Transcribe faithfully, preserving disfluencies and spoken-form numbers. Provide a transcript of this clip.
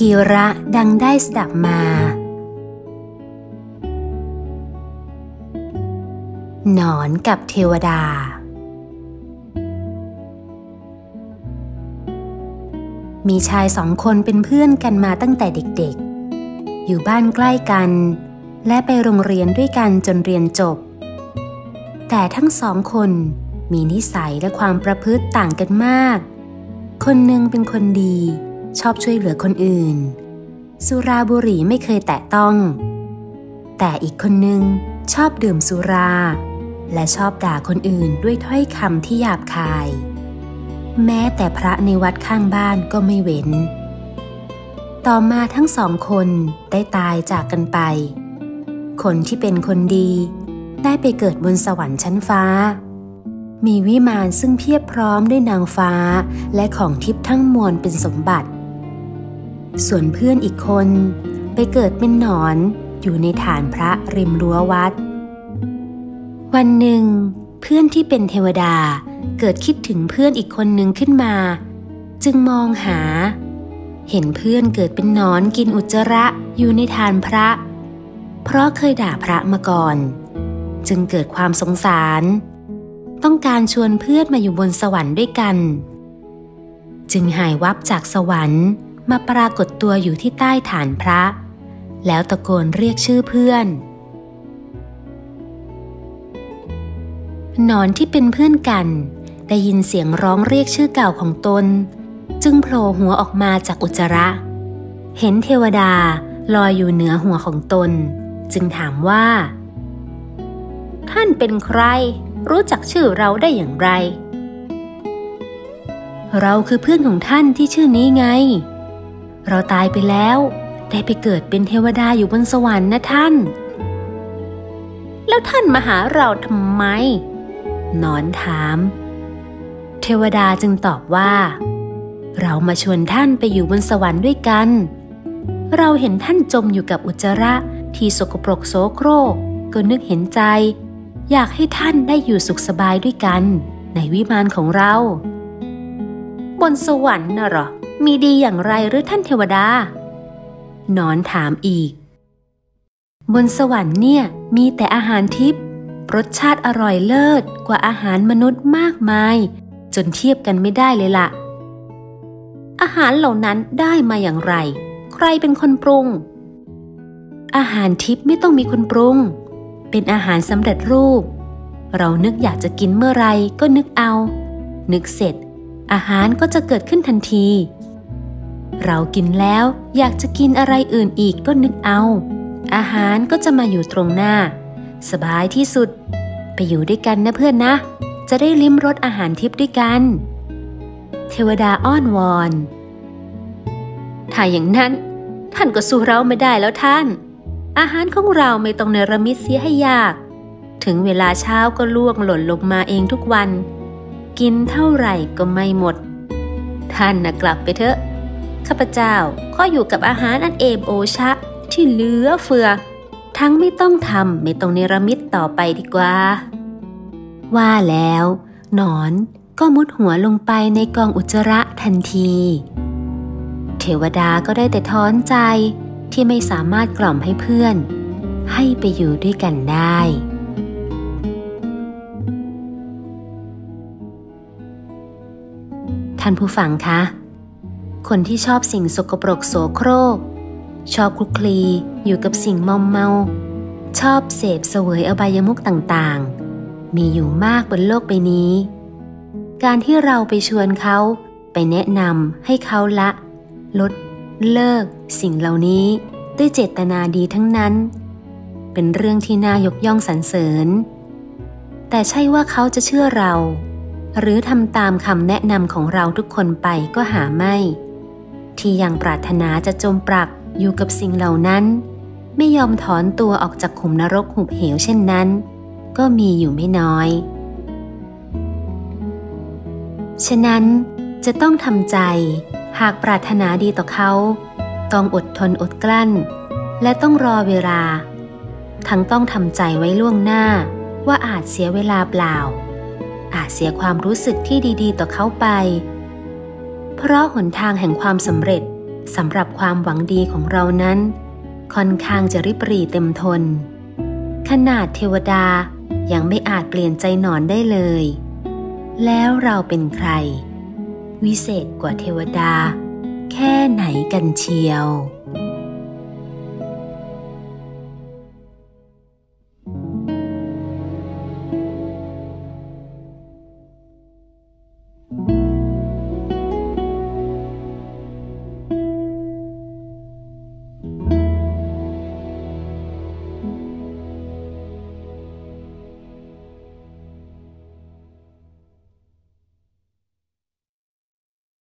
ธีระดังได้สดับมาหนอนกับเทวดามีชายสองคนเป็นเพื่อนกันมาตั้งแต่เด็กๆอยู่บ้านใกล้กันและไปโรงเรียนด้วยกันจนเรียนจบแต่ทั้งสองคนมีนิสัยและความประพฤติต่างกันมากคนหนึ่งเป็นคนดีชอบช่วยเหลือคนอื่นสุราบุหรี่ไม่เคยแตะต้องแต่อีกคนหนึ่งชอบดื่มสุราและชอบด่าคนอื่นด้วยถ้อยคำที่หยาบคายแม้แต่พระในวัดข้างบ้านก็ไม่เว้นต่อมาทั้งสองคนได้ตายจากกันไปคนที่เป็นคนดีได้ไปเกิดบนสวรรค์ชั้นฟ้ามีวิมานซึ่งเพียบพร้อมด้วยนางฟ้าและของทิพย์ทั้งมวลเป็นสมบัติส่วนเพื่อนอีกคนไปเกิดเป็นหนอนอยู่ในฐานพระริมรั้ววัดวันหนึ่งเพื่อนที่เป็นเทวดาเกิดคิดถึงเพื่อนอีกคนหนึ่งขึ้นมาจึงมองหาเห็นเพื่อนเกิดเป็นหนอนกินอุจจาระอยู่ในฐานพระเพราะเคยด่าพระมาก่อนจึงเกิดความสงสารต้องการชวนเพื่อนมาอยู่บนสวรรค์ด้วยกันจึงหายวับจากสวรรค์มาปรากฏตัวอยู่ที่ใต้ฐานพระแล้วตะโกนเรียกชื่อเพื่อนหนอนที่เป็นเพื่อนกันได้ยินเสียงร้องเรียกชื่อเก่าของตนจึงโผล่หัวออกมาจากอุจจาระเห็นเทวดาลอยอยู่เหนือหัวของตนจึงถามว่าท่านเป็นใครรู้จักชื่อเราได้อย่างไรเราคือเพื่อนของท่านที่ชื่อนี้ไงเราตายไปแล้วได้ไปเกิดเป็นเทวดาอยู่บนสวรรค์นะท่านแล้วท่านมาหาเราทำไมหนอนถามเทวดาจึงตอบว่าเรามาชวนท่านไปอยู่บนสวรรค์ด้วยกันเราเห็นท่านจมอยู่กับอุจจาระที่สกปรกโสโครกก็นึกเห็นใจอยากให้ท่านได้อยู่สุขสบายด้วยกันในวิมานของเราบนสวรรค์น่ะหรอมีดีอย่างไรหรือท่านเทวดาหนอนถามอีกบนสวรรค์เนี่ยมีแต่อาหารทิพย์รสชาติอร่อยเลิศกว่าอาหารมนุษย์มากมายจนเทียบกันไม่ได้เลยล่ะอาหารเหล่านั้นได้มาอย่างไรใครเป็นคนปรุงอาหารทิพย์ไม่ต้องมีคนปรุงเป็นอาหารสำเร็จรูปเรานึกอยากจะกินเมื่อไรก็นึกเอานึกเสร็จอาหารก็จะเกิดขึ้นทันทีเรากินแล้วอยากจะกินอะไรอื่นอีกก็นึกเอาอาหารก็จะมาอยู่ตรงหน้าสบายที่สุดไปอยู่ด้วยกันนะเพื่อนนะจะได้ลิ้มรสอาหารทิพย์ด้วยกันเทวดาอ้อนวอนถ้าอย่างนั้นท่านก็สู้เราไม่ได้แล้วท่านอาหารของเราไม่ต้องเนรมิตเสียให้ยากถึงเวลาเช้าก็ล่วงหล่นลงมาเองทุกวันกินเท่าไหร่ก็ไม่หมดท่านน่ะกลับไปเถอะข้าพเจ้าขออยู่กับอาหารอันเอมโอชะที่เหลือเฟือทั้งไม่ต้องทำไม่ต้องเนรมิตต่อไปดีกว่าว่าแล้วหนอนก็มุดหัวลงไปในกองอุจจาระทันทีเทวดาก็ได้แต่ท้อนใจที่ไม่สามารถกล่อมให้เพื่อนให้ไปอยู่ด้วยกันได้ท่านผู้ฟังคะคนที่ชอบสิ่งสกปรกโสโครกชอบคลุกคลีอยู่กับสิ่งมอมเมาชอบเสพเสวยอบายมุขต่างๆมีอยู่มากบนโลกใบนี้การที่เราไปชวนเขาไปแนะนำให้เขาละลดเลิกสิ่งเหล่านี้ด้วยเจตนาดีทั้งนั้นเป็นเรื่องที่น่ายกย่องสรรเสริญแต่ใช่ว่าเขาจะเชื่อเราหรือทำตามคำแนะนำของเราทุกคนไปก็หาไม่ที่ยังปรารถนาจะจมปลักอยู่กับสิ่งเหล่านั้นไม่ยอมถอนตัวออกจากขุมนรกหุบเหวเช่นนั้นก็มีอยู่ไม่น้อยฉะนั้นจะต้องทำใจหากปรารถนาดีต่อเขาต้องอดทนอดกลั้นและต้องรอเวลาทั้งต้องทำใจไว้ล่วงหน้าว่าอาจเสียเวลาเปล่าอาจเสียความรู้สึกที่ดีๆต่อเขาไปเพราะหนทางแห่งความสำเร็จสำหรับความหวังดีของเรานั้นค่อนข้างจะริบหรี่เต็มทนขนาดเทวดายังไม่อาจเปลี่ยนใจหนอนได้เลยแล้วเราเป็นใครวิเศษกว่าเทวดาแค่ไหนกันเชียว